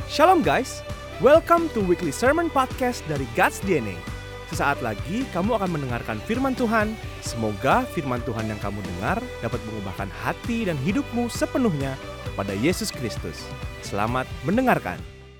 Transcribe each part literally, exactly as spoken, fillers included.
Shalom guys, welcome to weekly sermon podcast dari God's D N A. Sesaat lagi kamu akan mendengarkan firman Tuhan. Semoga firman Tuhan yang kamu dengar dapat mengubahkan hati dan hidupmu sepenuhnya kepada Yesus Kristus. Selamat mendengarkan.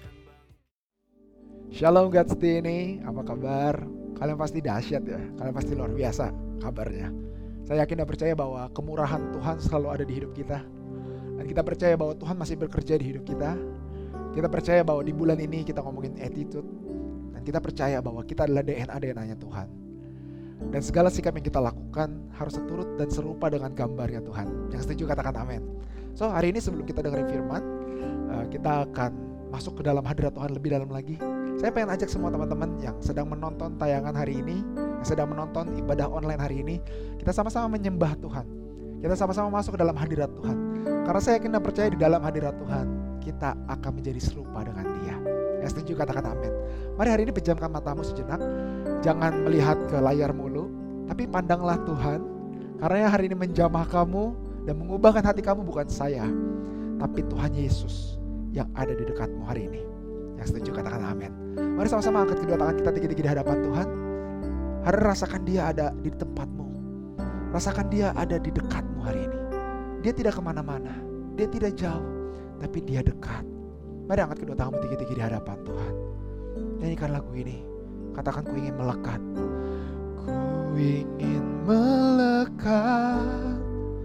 Shalom God's D N A, apa kabar? Kalian pasti dahsyat ya, kalian pasti luar biasa kabarnya. Saya yakin dan percaya bahwa kemurahan Tuhan selalu ada di hidup kita. Dan kita percaya bahwa Tuhan masih bekerja di hidup kita. Kita percaya bahwa di bulan ini kita ngomongin attitude. Dan kita percaya bahwa kita adalah D N A-D N A-nya Tuhan. Dan segala sikap yang kita lakukan harus seturut dan serupa dengan gambarnya Tuhan. Yang setuju katakan amin. So hari ini sebelum kita dengerin firman, kita akan masuk ke dalam hadirat Tuhan lebih dalam lagi. Saya pengen ajak semua teman-teman yang sedang menonton tayangan hari ini, yang sedang menonton ibadah online hari ini, kita sama-sama menyembah Tuhan. Kita sama-sama masuk ke dalam hadirat Tuhan. Karena saya yakin dan percaya di dalam hadirat Tuhan, kita akan menjadi serupa dengan Dia. Yang setuju katakan amin. Mari hari ini pejamkan matamu sejenak. Jangan melihat ke layar mulu, tapi pandanglah Tuhan. Karena yang hari ini menjamah kamu dan mengubahkan hati kamu bukan saya, tapi Tuhan Yesus yang ada di dekatmu hari ini. Yang setuju katakan amin. Mari sama-sama angkat kedua tangan kita tinggi-tinggi di hadapan Tuhan. Hari rasakan Dia ada di tempatmu. Rasakan Dia ada di dekatmu hari ini. Dia tidak kemana-mana, Dia tidak jauh, tapi Dia dekat. Mari angkat kedua tanganmu tinggi-tinggi di hadapan Tuhan. Nyanyikan lagu ini. Katakan, ku ingin melekat. Ku ingin melekat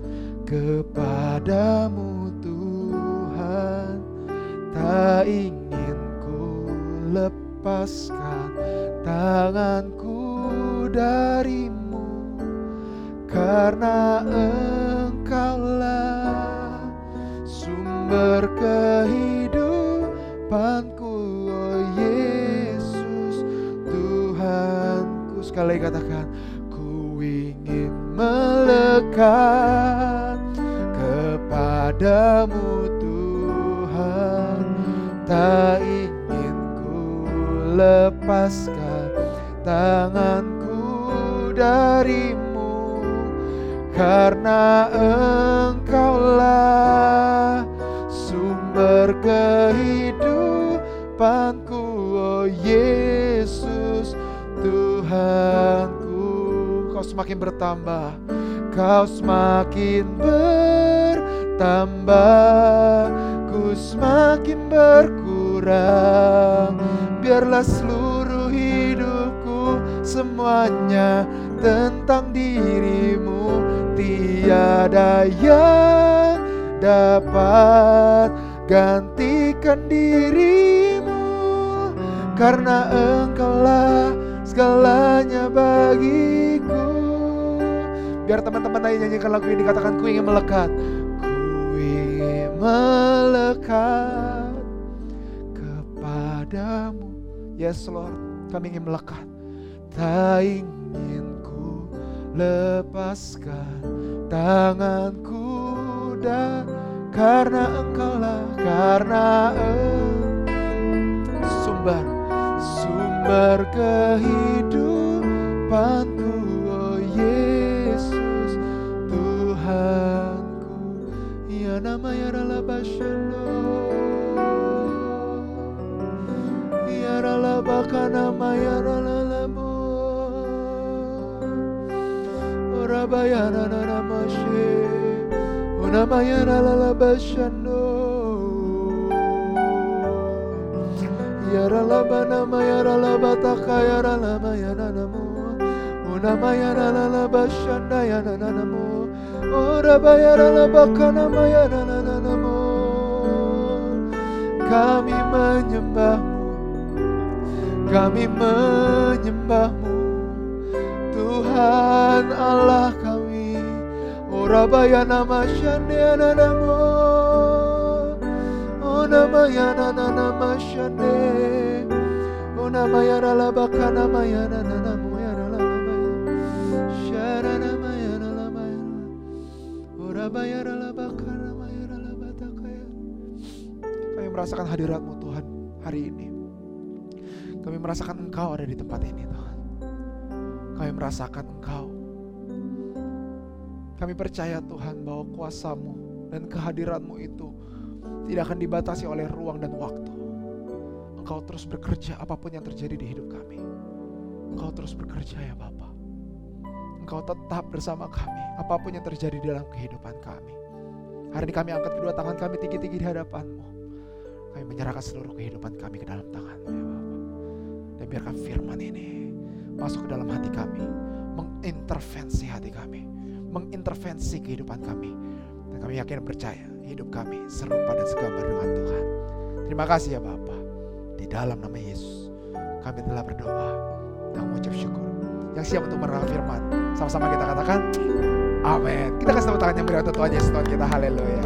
kepadamu Tuhan. Tak ingin ku lepaskan tanganku darimu. Karena Engkaulah sumber kehidupanku, oh Yesus Tuhanku. Sekali katakan, ku ingin melekat kepadamu Tuhan. Tak ingin ku lepaskan tanganku darimu. Karena Engkaulah sumber kehidupanku, oh Yesus Tuhanku. Kau semakin bertambah, Kau semakin bertambah, ku semakin berkurang. Biarlah seluruh hidupku semuanya tentang dirimu. Tiada yang dapat gantikan dirimu. Karena Engkaulah segalanya bagiku. Biar teman-teman lain nyanyikan lagu ini, katakan, ku ingin melekat. Ku ingin melekat kepadamu. Yes Lord, kami ingin melekat. Tak ingin ku lepaskan tanganku dan karena Engkaulah, karena Engkau sumber sumber kehidupanku, oh Yesus Tuhanku. Ya nama ya ralabashano, ya ralabakana ya ralalamu. Rabayana namashe, unamayana lalabashano, yaralabana mayaralabataka yaralamayana namu, unamayana lalabashanda yana namu, orabayaralabakana mayana namu. Kami menyembahmu, kami menyembahmu Tuhan Allah kami. Orabayana masyandeana namo, onamayana nanamasyande, onamayana labakana mayana nanamu yaralabaya, syarana mayana labayana, orabayana labakana mayana labatakaya. Kami merasakan hadirat-Mu Tuhan hari ini. Kami merasakan Engkau ada di tempat ini Tuhan. Kami merasakan Engkau. Kami percaya Tuhan bahwa kuasa-Mu dan kehadiran-Mu itu tidak akan dibatasi oleh ruang dan waktu. Engkau terus bekerja apapun yang terjadi di hidup kami. Engkau terus bekerja ya Bapa. Engkau tetap bersama kami apapun yang terjadi dalam kehidupan kami. Hari ini kami angkat kedua tangan kami tinggi-tinggi di hadapan-Mu. Kami menyerahkan seluruh kehidupan kami ke dalam tangan-Mu ya Bapa. Dan biarkan firman ini masuk ke dalam hati kami, mengintervensi hati kami, mengintervensi kehidupan kami. Dan kami yakin dan percaya hidup kami serupa dan segambar dengan Tuhan. Terima kasih ya Bapa. Di dalam nama Yesus kami telah berdoa dan mengucap syukur. Yang siap untuk menerangkan firman, sama-sama kita katakan amin. Kita kasih tepuk tangan yang meriah untuk Tuhan Yesus Tuhan kita. Haleluya.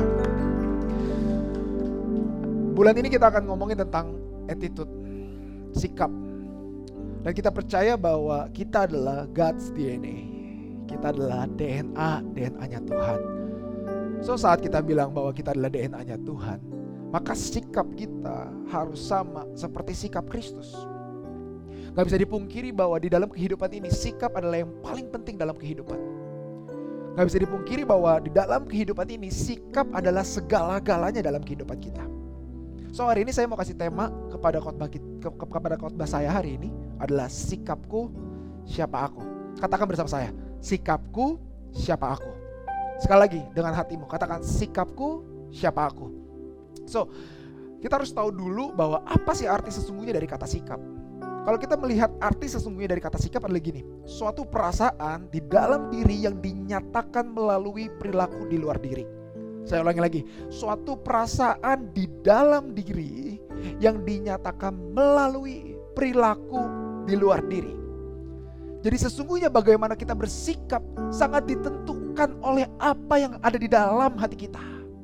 Bulan ini kita akan ngomongin tentang attitude, sikap. Dan kita percaya bahwa kita adalah God's D N A. Kita adalah D N A, D N A-nya Tuhan. So saat kita bilang bahwa kita adalah D N A-nya Tuhan, maka sikap kita harus sama seperti sikap Kristus. Gak bisa dipungkiri bahwa di dalam kehidupan ini sikap adalah yang paling penting dalam kehidupan. Gak bisa dipungkiri bahwa di dalam kehidupan ini sikap adalah segala-galanya dalam kehidupan kita. So hari ini saya mau kasih tema kepada khotbah ke, ke, kepada khotbah saya hari ini adalah sikapku siapa aku. Katakan bersama saya, sikapku siapa aku. Sekali lagi dengan hatimu, katakan sikapku siapa aku. So, kita harus tahu dulu bahwa apa sih arti sesungguhnya dari kata sikap. Kalau kita melihat arti sesungguhnya dari kata sikap adalah gini, suatu perasaan di dalam diri yang dinyatakan melalui perilaku di luar diri. Saya ulangi lagi, suatu perasaan di dalam diri yang dinyatakan melalui perilaku di luar diri. Jadi sesungguhnya bagaimana kita bersikap sangat ditentukan oleh apa yang ada di dalam hati kita.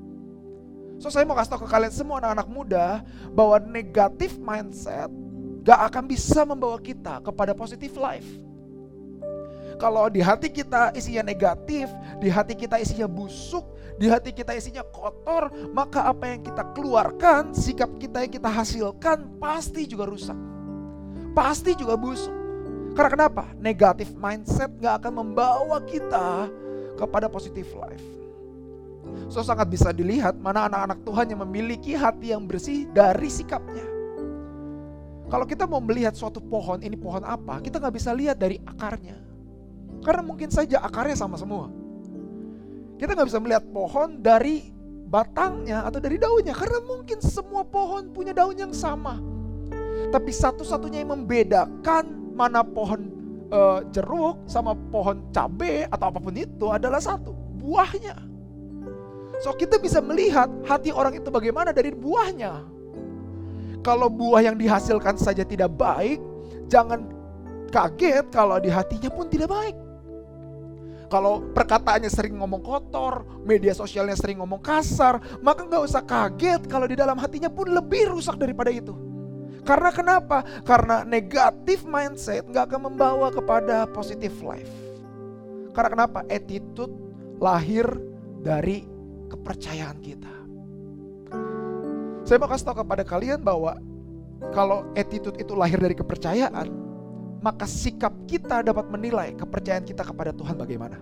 So saya mau kasih tahu ke kalian semua anak-anak muda bahwa negatif mindset gak akan bisa membawa kita kepada positive life. Kalau di hati kita isinya negatif, di hati kita isinya busuk, di hati kita isinya kotor, maka apa yang kita keluarkan, sikap kita yang kita hasilkan pasti juga rusak. Pasti juga busuk. Karena kenapa? Negatif mindset gak akan membawa kita kepada positive life. So sangat bisa dilihat mana anak-anak Tuhan yang memiliki hati yang bersih dari sikapnya. Kalau kita mau melihat suatu pohon, ini pohon apa, kita gak bisa lihat dari akarnya. Karena mungkin saja akarnya sama semua. Kita gak bisa melihat pohon dari batangnya atau dari daunnya, karena mungkin semua pohon punya daun yang sama. Tapi satu-satunya yang membedakan mana pohon uh, jeruk sama pohon cabai atau apapun itu adalah satu, buahnya. So kita bisa melihat hati orang itu bagaimana dari buahnya. Kalau buah yang dihasilkan saja tidak baik, jangan kaget kalau di hatinya pun tidak baik. Kalau perkataannya sering ngomong kotor, media sosialnya sering ngomong kasar, maka gak usah kaget kalau di dalam hatinya pun lebih rusak daripada itu. Karena kenapa? Karena negatif mindset gak akan membawa kepada positive life. Karena kenapa? Attitude lahir dari kepercayaan kita. Saya mau kasih tahu kepada kalian bahwa kalau attitude itu lahir dari kepercayaan, maka sikap kita dapat menilai kepercayaan kita kepada Tuhan bagaimana.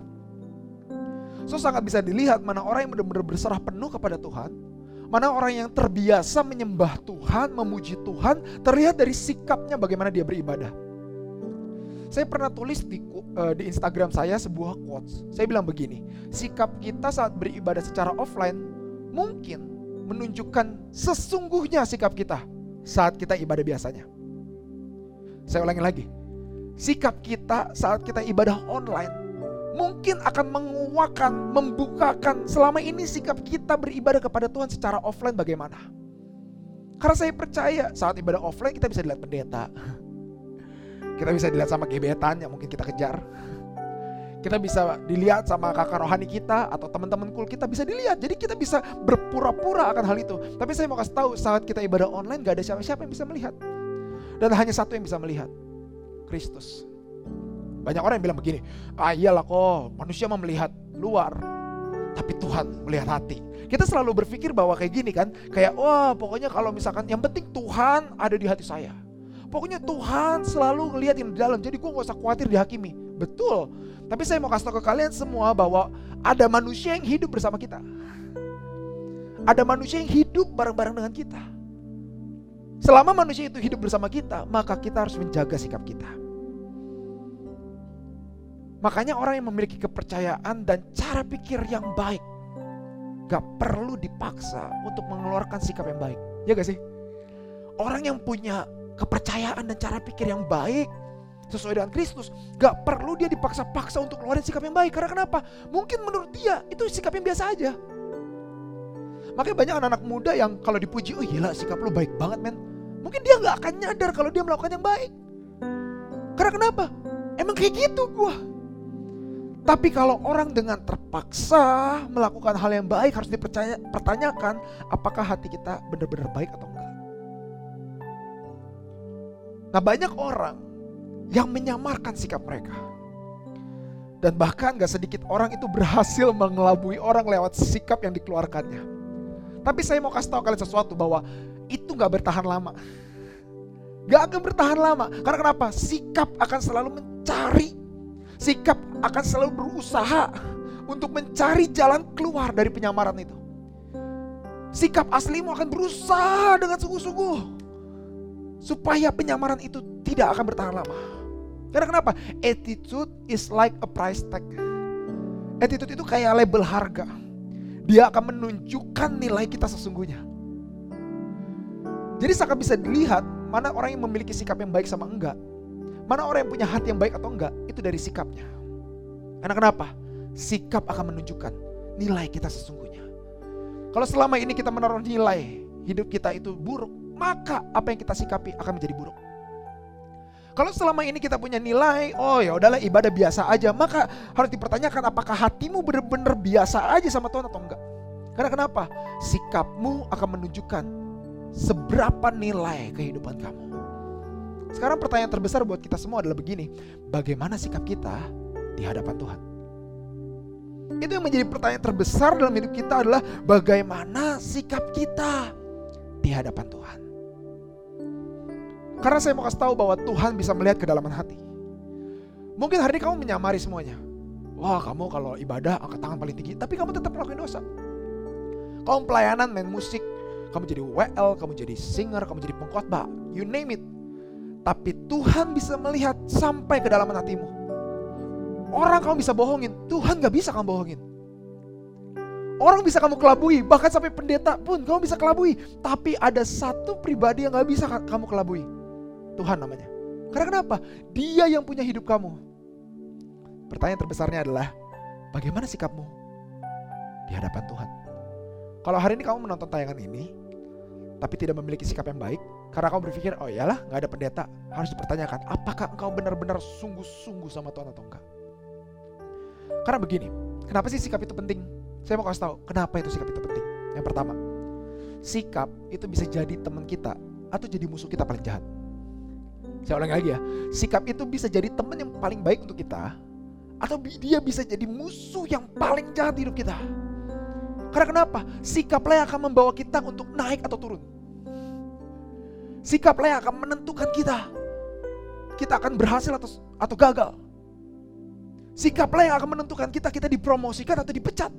So sangat bisa dilihat mana orang yang benar-benar berserah penuh kepada Tuhan, mana orang yang terbiasa menyembah Tuhan, memuji Tuhan, terlihat dari sikapnya bagaimana dia beribadah. Saya pernah tulis di, uh, di Instagram saya sebuah quotes. Saya bilang begini, sikap kita saat beribadah secara offline mungkin menunjukkan sesungguhnya sikap kita saat kita ibadah biasanya. Saya ulangi lagi, sikap kita saat kita ibadah online mungkin akan menguakkan, membukakan selama ini sikap kita beribadah kepada Tuhan secara offline bagaimana. Karena saya percaya saat ibadah offline kita bisa dilihat pendeta, kita bisa dilihat sama gebetan yang mungkin kita kejar, kita bisa dilihat sama kakak rohani kita atau teman-teman cool kita bisa dilihat. Jadi kita bisa berpura-pura akan hal itu. Tapi saya mau kasih tahu, saat kita ibadah online gak ada siapa-siapa yang bisa melihat. Dan hanya satu yang bisa melihat, Kristus. Banyak orang yang bilang begini, ah iyalah kok manusia mau melihat luar, tapi Tuhan melihat hati. Kita selalu berpikir bahwa kayak gini kan, kayak wah pokoknya kalau misalkan yang penting Tuhan ada di hati saya. Pokoknya Tuhan selalu ngelihat yang di dalam, jadi gue gak usah khawatir dihakimi. Betul. Tapi saya mau kasih tahu ke kalian semua bahwa ada manusia yang hidup bersama kita. Ada manusia yang hidup bareng-bareng dengan kita. Selama manusia itu hidup bersama kita, maka kita harus menjaga sikap kita. Makanya orang yang memiliki kepercayaan dan cara pikir yang baik gak perlu dipaksa untuk mengeluarkan sikap yang baik. Ya gak sih? Orang yang punya kepercayaan dan cara pikir yang baik sesuai dengan Kristus, gak perlu dia dipaksa-paksa untuk keluarin sikap yang baik. Karena kenapa? Mungkin menurut dia itu sikap yang biasa aja. Makanya banyak anak-anak muda yang kalau dipuji, oh gila sikap lu baik banget men. Mungkin dia gak akan nyadar kalau dia melakukan yang baik. Karena kenapa? Emang kayak gitu gua. Tapi kalau orang dengan terpaksa melakukan hal yang baik, harus dipertanyakan apakah hati kita benar-benar baik atau enggak. Nah, banyak orang yang menyamarkan sikap mereka. Dan bahkan gak sedikit orang itu berhasil mengelabui orang lewat sikap yang dikeluarkannya. Tapi saya mau kasih tahu kalian sesuatu bahwa itu gak bertahan lama. Gak akan bertahan lama. Karena kenapa? Sikap akan selalu mencari. Sikap akan selalu berusaha untuk mencari jalan keluar dari penyamaran itu. Sikap aslimu akan berusaha dengan sungguh-sungguh supaya penyamaran itu tidak akan bertahan lama. Karena kenapa? Attitude is like a price tag. Attitude itu kayak label harga. Dia akan menunjukkan nilai kita sesungguhnya. Jadi sangat bisa dilihat mana orang yang memiliki sikap yang baik sama enggak. Mana orang yang punya hati yang baik atau enggak, itu dari sikapnya. Karena kenapa? Sikap akan menunjukkan nilai kita sesungguhnya. Kalau selama ini kita menaruh nilai hidup kita itu buruk, maka apa yang kita sikapi akan menjadi buruk. Kalau selama ini kita punya nilai, oh ya udahlah ibadah biasa aja, maka harus dipertanyakan apakah hatimu benar-benar biasa aja sama Tuhan atau enggak. Karena kenapa? Sikapmu akan menunjukkan seberapa nilai kehidupan kamu. Sekarang pertanyaan terbesar buat kita semua adalah begini, bagaimana sikap kita di hadapan Tuhan? Itu yang menjadi pertanyaan terbesar dalam hidup kita adalah bagaimana sikap kita di hadapan Tuhan. Karena saya mau kasih tahu bahwa Tuhan bisa melihat kedalaman hati. Mungkin hari ini kamu menyamari semuanya. Wah, kamu kalau ibadah angkat tangan paling tinggi, tapi kamu tetap melakukan dosa. Kamu pelayanan, main musik, kamu jadi W L, kamu jadi singer, kamu jadi pengkhotbah, you name it. Tapi Tuhan bisa melihat sampai ke dalaman hatimu. Orang kamu bisa bohongin, Tuhan gak bisa kamu bohongin. Orang bisa kamu kelabui, bahkan sampai pendeta pun kamu bisa kelabui. Tapi ada satu pribadi yang gak bisa kamu kelabui, Tuhan namanya. Karena kenapa? Dia yang punya hidup kamu. Pertanyaan terbesarnya adalah bagaimana sikapmu di hadapan Tuhan? Kalau hari ini kamu menonton tayangan ini tapi tidak memiliki sikap yang baik, karena kamu berpikir, oh iyalah gak ada pendeta, harus dipertanyakan, apakah engkau benar-benar sungguh-sungguh sama Tuhan atau enggak? Karena begini, kenapa sih sikap itu penting? Saya mau kasih tahu, kenapa itu sikap itu penting. Yang pertama, sikap itu bisa jadi teman kita atau jadi musuh kita paling jahat. Saya ulangi lagi ya, sikap itu bisa jadi teman yang paling baik untuk kita, atau dia bisa jadi musuh yang paling jahat di hidup kita. Karena kenapa? Sikaplah yang akan membawa kita untuk naik atau turun. Sikaplah yang akan menentukan kita. Kita akan berhasil atau, atau gagal. Sikaplah yang akan menentukan kita, kita dipromosikan atau dipecat.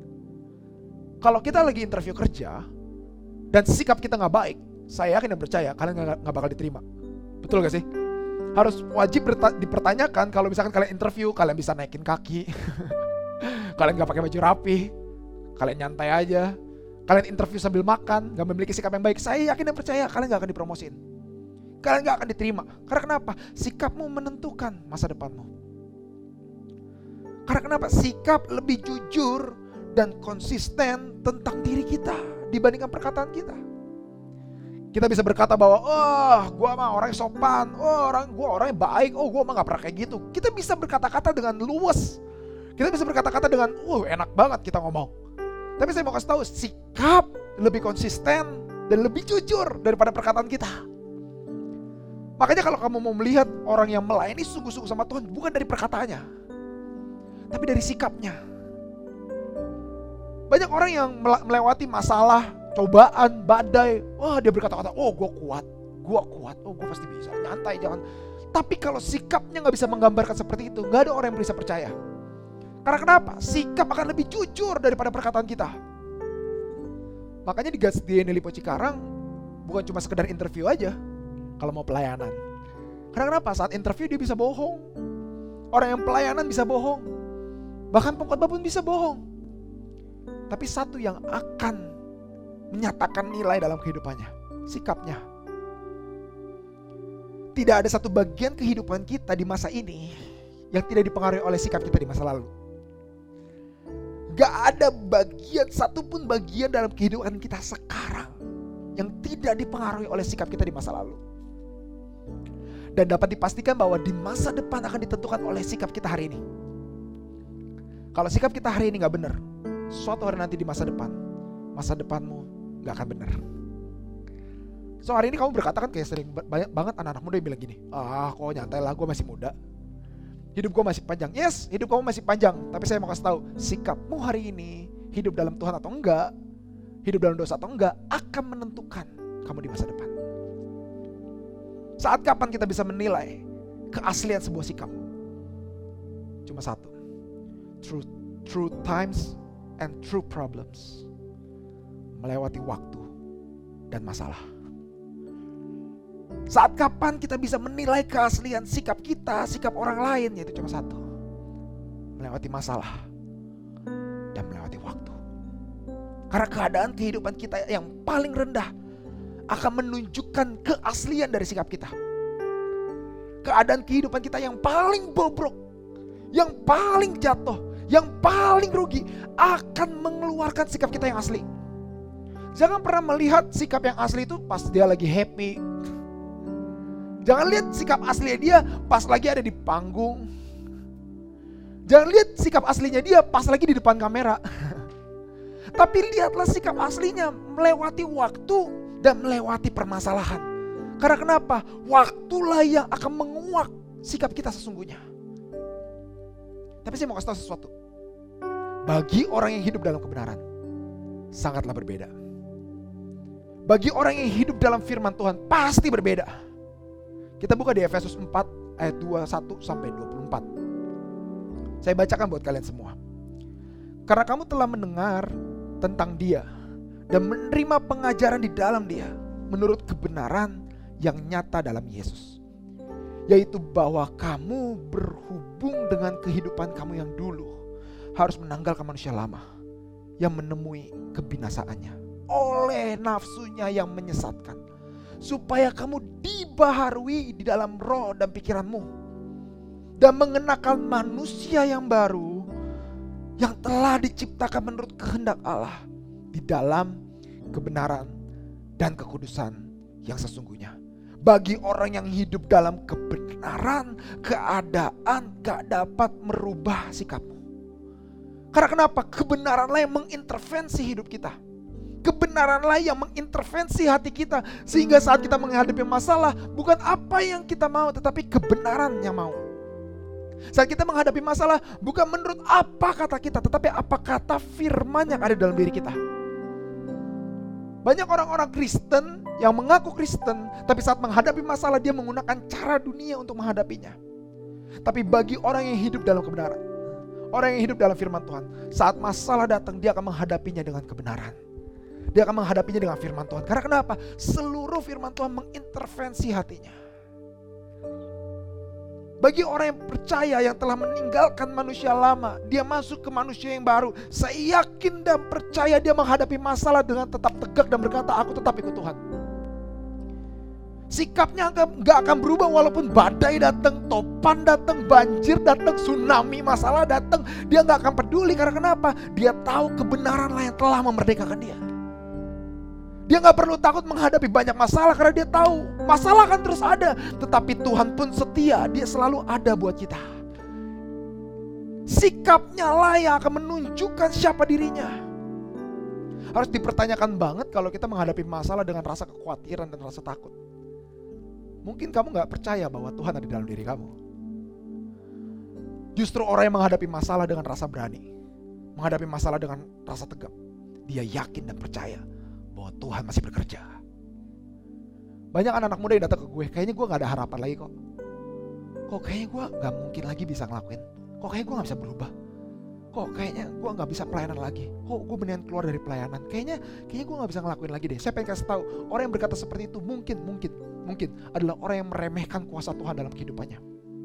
Kalau kita lagi interview kerja dan sikap kita gak baik, saya yakin dan percaya kalian gak, gak bakal diterima. Betul gak sih? Harus wajib berta- dipertanyakan kalau misalkan kalian interview, kalian bisa naikin kaki. Kalian gak pakai baju rapi, kalian nyantai aja, kalian interview sambil makan, gak memiliki sikap yang baik, saya yakin dan percaya kalian gak akan dipromosin. Kalian gak akan diterima. Karena kenapa? Sikapmu menentukan masa depanmu. Karena kenapa? Sikap lebih jujur dan konsisten tentang diri kita dibandingkan perkataan kita. Kita bisa berkata bahwa, oh gue mah orang yang sopan, oh orang gue orang yang baik, oh gue mah gak pernah kayak gitu. Kita bisa berkata-kata dengan luwes. Kita bisa berkata-kata dengan, uh enak banget kita ngomong. Tapi saya mau kasih tahu, sikap lebih konsisten dan lebih jujur daripada perkataan kita. Makanya kalau kamu mau melihat orang yang melayani sungguh-sungguh sama Tuhan, bukan dari perkataannya, tapi dari sikapnya. Banyak orang yang melewati masalah, cobaan, badai, wah dia berkata-kata, oh gue kuat, gue kuat, oh gue pasti bisa, nyantai jangan. Tapi kalau sikapnya gak bisa menggambarkan seperti itu, gak ada orang yang bisa percaya. Karena kenapa? Sikap akan lebih jujur daripada perkataan kita. Makanya di God's D N A Lipo Cikarang, bukan cuma sekedar interview aja kalau mau pelayanan. Karena kenapa? Saat interview dia bisa bohong. Orang yang pelayanan bisa bohong. Bahkan pengkhotbah pun bisa bohong. Tapi satu yang akan menyatakan nilai dalam kehidupannya, sikapnya. Tidak ada satu bagian kehidupan kita di masa ini yang tidak dipengaruhi oleh sikap kita di masa lalu. Gak ada bagian, satupun bagian dalam kehidupan kita sekarang yang tidak dipengaruhi oleh sikap kita di masa lalu. Dan dapat dipastikan bahwa di masa depan akan ditentukan oleh sikap kita hari ini. Kalau sikap kita hari ini gak benar, suatu hari nanti di masa depan, masa depanmu gak akan benar. So hari ini kamu berkata kan kayak sering banyak banget anak-anak muda yang bilang gini, ah kok nyantai lah, gue masih muda, hidup gue masih panjang. Yes, hidup kamu masih panjang, tapi saya mau kasih tahu, sikapmu hari ini, hidup dalam Tuhan atau enggak, hidup dalam dosa atau enggak, akan menentukan kamu di masa depan. Saat kapan kita bisa menilai keaslian sebuah sikap? Cuma satu, through, through times and through problems. Melewati waktu dan masalah. Saat kapan kita bisa menilai keaslian sikap kita, sikap orang lain, yaitu cuma satu, melewati masalah dan melewati waktu. Karena keadaan kehidupan kita yang paling rendah akan menunjukkan keaslian dari sikap kita. Keadaan kehidupan kita yang paling bobrok, yang paling jatuh, yang paling rugi akan mengeluarkan sikap kita yang asli. Jangan pernah melihat sikap yang asli itu pas dia lagi happy. Jangan lihat sikap aslinya dia pas lagi ada di panggung. Jangan lihat sikap aslinya dia pas lagi di depan kamera. Tapi lihatlah sikap aslinya melewati waktu dan melewati permasalahan. Karena kenapa? Waktulah yang akan menguak sikap kita sesungguhnya. Tapi saya mau kasih tahu sesuatu. Bagi orang yang hidup dalam kebenaran, sangatlah berbeda. Bagi orang yang hidup dalam firman Tuhan, pasti berbeda. Kita buka di Efesus empat ayat dua puluh satu sampai dua puluh empat. Saya bacakan buat kalian semua. Karena kamu telah mendengar tentang Dia dan menerima pengajaran di dalam Dia menurut kebenaran yang nyata dalam Yesus, yaitu bahwa kamu berhubung dengan kehidupan kamu yang dulu harus menanggalkan manusia lama yang menemui kebinasaannya oleh nafsunya yang menyesatkan, supaya kamu dibaharui di dalam roh dan pikiranmu dan mengenakan manusia yang baru yang telah diciptakan menurut kehendak Allah di dalam kebenaran dan kekudusan yang sesungguhnya. Bagi orang yang hidup dalam kebenaran, keadaan gak dapat merubah sikapmu. Karena kenapa? Kebenaranlah yang mengintervensi hidup kita. Kebenaranlah yang mengintervensi hati kita. Sehingga saat kita menghadapi masalah, bukan apa yang kita mau, tetapi kebenaran yang mau. Saat kita menghadapi masalah, bukan menurut apa kata kita, tetapi apa kata firman yang ada dalam diri kita. Banyak orang-orang Kristen yang mengaku Kristen, tapi saat menghadapi masalah dia menggunakan cara dunia untuk menghadapinya. Tapi bagi orang yang hidup dalam kebenaran, orang yang hidup dalam firman Tuhan, saat masalah datang dia akan menghadapinya dengan kebenaran. Dia akan menghadapinya dengan firman Tuhan. Karena kenapa? Seluruh firman Tuhan mengintervensi hatinya. Bagi orang yang percaya, yang telah meninggalkan manusia lama, dia masuk ke manusia yang baru. Saya yakin dan percaya dia menghadapi masalah dengan tetap tegak dan berkata, aku tetap ikut Tuhan. Sikapnya gak akan berubah walaupun badai datang, topan datang, banjir datang, tsunami masalah datang. Dia gak akan peduli. Karena kenapa? Dia tahu kebenaranlah yang telah memerdekakan dia. Dia gak perlu takut menghadapi banyak masalah karena dia tahu masalah akan terus ada. Tetapi Tuhan pun setia, dia selalu ada buat kita. Sikapnya lah yang akan menunjukkan siapa dirinya. Harus dipertanyakan banget kalau kita menghadapi masalah dengan rasa kekhawatiran dan rasa takut. Mungkin kamu gak percaya bahwa Tuhan ada di dalam diri kamu. Justru orang yang menghadapi masalah dengan rasa berani, menghadapi masalah dengan rasa tegap, dia yakin dan percaya bahwa Tuhan masih bekerja. Banyak anak-anak muda yang datang ke gue, kayaknya gue gak ada harapan lagi kok. Kok kayaknya gue gak mungkin lagi bisa ngelakuin. Kok kayaknya gue gak bisa berubah. kok kayaknya gue nggak bisa pelayanan lagi, kok gue mendingan keluar dari pelayanan, kayaknya kayaknya gue nggak bisa ngelakuin lagi deh. Saya pengen kasih tahu, orang yang berkata seperti itu mungkin mungkin mungkin adalah orang yang meremehkan kuasa Tuhan dalam kehidupannya.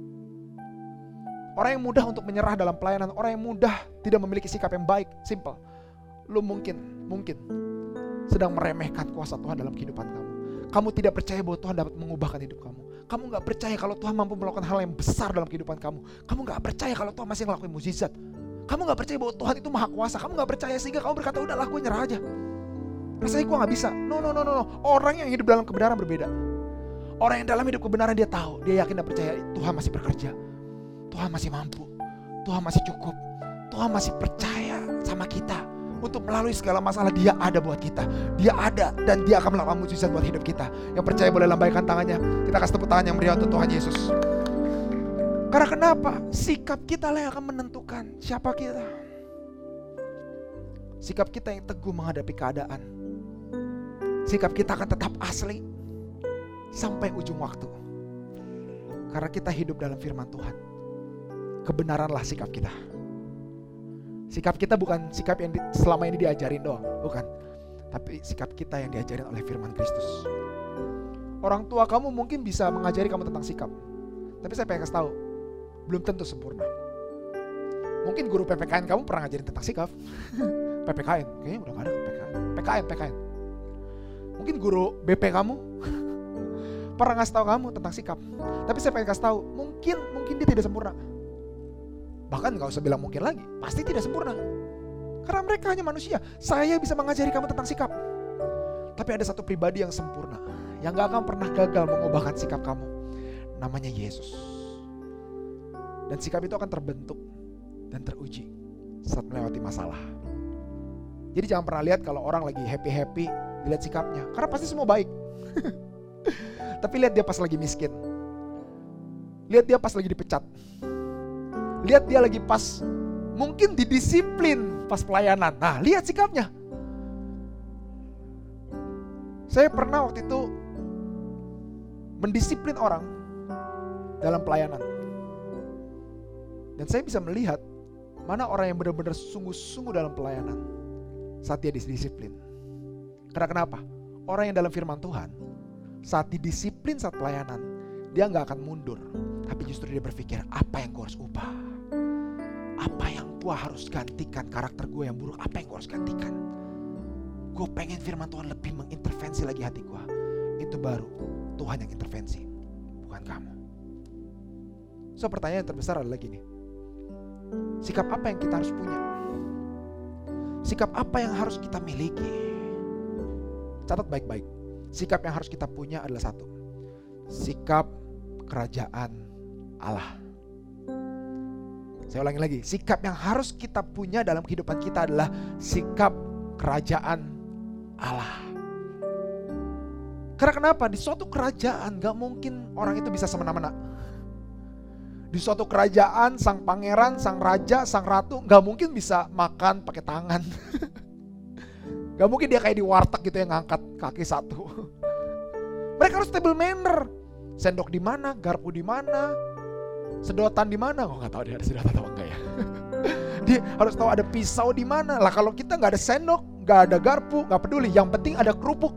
Orang yang mudah untuk menyerah dalam pelayanan, orang yang mudah tidak memiliki sikap yang baik. Simple, lu mungkin mungkin sedang meremehkan kuasa Tuhan dalam kehidupan kamu. Kamu tidak percaya bahwa Tuhan dapat mengubahkan hidup kamu. Kamu gak percaya kalau Tuhan mampu melakukan hal yang besar dalam kehidupan kamu. Kamu gak percaya kalau Tuhan masih ngelakuin mukjizat. Kamu gak percaya bahwa Tuhan itu maha kuasa. Kamu gak percaya sehingga kamu berkata, udahlah gue nyerah aja. Rasanya gue gak bisa. No, no, no, no, no. Orang yang hidup dalam kebenaran berbeda. Orang yang dalam hidup kebenaran dia tahu, dia yakin dan percaya Tuhan masih bekerja. Tuhan masih mampu. Tuhan masih cukup. Tuhan masih percaya sama kita. Untuk melalui segala masalah dia ada buat kita. Dia ada dan dia akan melakukan mukjizat buat hidup kita. Yang percaya boleh lambaikan tangannya. Kita kasih tepuk tangan yang meriah untuk Tuhan Yesus. Karena kenapa? Sikap kita lah yang akan menentukan siapa kita. Sikap kita yang teguh menghadapi keadaan. Sikap kita akan tetap asli sampai ujung waktu. Karena kita hidup dalam firman Tuhan. Kebenaranlah sikap kita. Sikap kita bukan sikap yang di, selama ini diajarin doang, bukan. Tapi sikap kita yang diajarin oleh firman Kristus. Orang tua kamu mungkin bisa mengajari kamu tentang sikap. Tapi saya pengen kasih tahu, belum tentu sempurna. Mungkin guru P P K N kamu pernah ngajarin tentang sikap. P P K N, kayaknya udah gak ada P P K N. P K N, P K N. Mungkin guru B P kamu pernah ngasih tahu kamu tentang sikap. Tapi saya pengen kasih tahu, mungkin mungkin dia tidak sempurna. Bahkan gak usah bilang mungkin lagi, pasti tidak sempurna. Karena mereka hanya manusia. Saya bisa mengajari kamu tentang sikap. Tapi ada satu pribadi yang sempurna, yang gak akan pernah gagal mengubahkan sikap kamu. Namanya Yesus. Dan sikap itu akan terbentuk dan teruji saat melewati masalah. Jadi jangan pernah lihat kalau orang lagi happy-happy, dilihat sikapnya. Karena pasti semua baik. Tapi lihat dia pas lagi miskin. Lihat dia pas lagi dipecat. Lihat dia lagi pas mungkin didisiplin pas pelayanan. Nah, lihat sikapnya. Saya pernah waktu itu mendisiplin orang dalam pelayanan. Dan saya bisa melihat mana orang yang benar-benar sungguh-sungguh dalam pelayanan saat dia disiplin. Karena kenapa? Orang yang dalam firman Tuhan saat didisiplin saat pelayanan, dia gak akan mundur. Tapi justru dia berpikir, apa yang gue harus ubah? Apa yang gue harus gantikan? Karakter gue yang buruk, apa yang gue harus gantikan? Gue pengen firman Tuhan lebih mengintervensi lagi hati gue. Itu baru Tuhan yang intervensi, bukan kamu. So pertanyaan yang terbesar adalah gini, sikap apa yang kita harus punya? Sikap apa yang harus kita miliki? Catat baik-baik. Sikap yang harus kita punya adalah satu, sikap kerajaan Allah. Saya ulangi lagi, sikap yang harus kita punya dalam kehidupan kita adalah sikap kerajaan Allah. Karena kenapa? Di suatu kerajaan gak mungkin orang itu bisa semena-mena. Di suatu kerajaan sang pangeran, sang raja, sang ratu gak mungkin bisa makan pakai tangan. Gak mungkin dia kayak di warteg gitu yang ngangkat kaki satu. Mereka harus table manner. Sendok di mana, garpu di mana, sedotan di mana? Kok nggak tahu dia ada sedotan atau enggak ya? Dia harus tahu ada pisau di mana. Lah kalau kita nggak ada sendok, nggak ada garpu, nggak peduli. Yang penting ada kerupuk.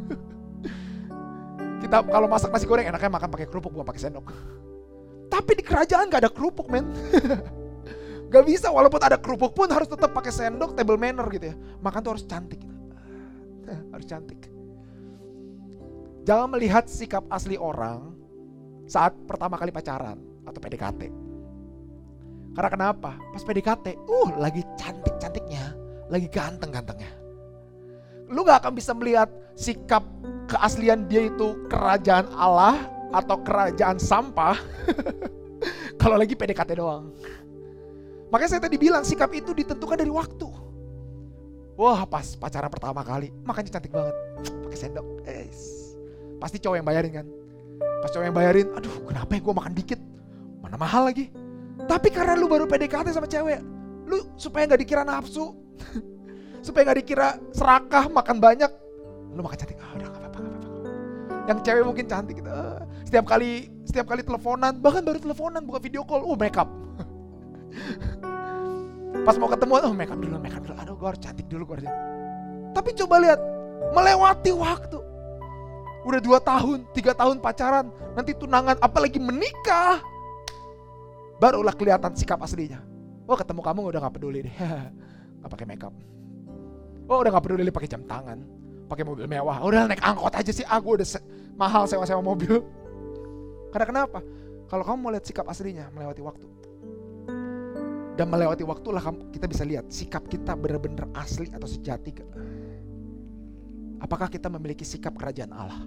Kita kalau masak nasi goreng enaknya makan pakai kerupuk bukan pakai sendok. Tapi di kerajaan nggak ada kerupuk, men. Gak bisa, walaupun ada kerupuk pun harus tetap pakai sendok, table manner gitu ya. Makan tuh harus cantik gitu. Harus cantik. Jangan melihat sikap asli orang saat pertama kali pacaran atau P D K T. Karena kenapa? Pas P D K T, uh lagi cantik-cantiknya, lagi ganteng-gantengnya. Lu gak akan bisa melihat sikap keaslian dia itu kerajaan Allah atau kerajaan sampah kalau lagi P D K T doang. Makanya saya tadi bilang sikap itu ditentukan dari waktu. Wah pas pacaran pertama kali, makanya cantik banget, pakai sendok. Yes. Pasti cowok yang bayarin kan. Pas cowok yang bayarin, aduh kenapa ya gue makan dikit, mana mahal lagi. Tapi karena lu baru P D K T sama cewek, lu supaya gak dikira nafsu, supaya gak dikira serakah makan banyak, lu makan cantik. Ah udah gak apa-apa, gak apa-apa. Yang cewek mungkin cantik gitu. Setiap kali setiap kali teleponan, bahkan baru teleponan bukan video call, uh make up. Pas mau ketemu, oh make up dulu, make up dulu. Aduh gue harus cantik dulu gue harus. Tapi coba lihat, melewati waktu. Udah dua tahun, tiga tahun pacaran, nanti tunangan, apalagi menikah. Barulah kelihatan sikap aslinya. Oh ketemu kamu udah gak peduli deh. Gak pakai make up. Oh udah gak peduli pakai jam tangan, pakai mobil mewah. Udah naik angkot aja sih, aku udah se- mahal sewa-sewa mobil. Karena kenapa? Kalau kamu mau lihat sikap aslinya, melewati waktu. Dan melewati waktulah kita bisa lihat sikap kita benar-benar asli atau sejati gak? Apakah kita memiliki sikap kerajaan Allah?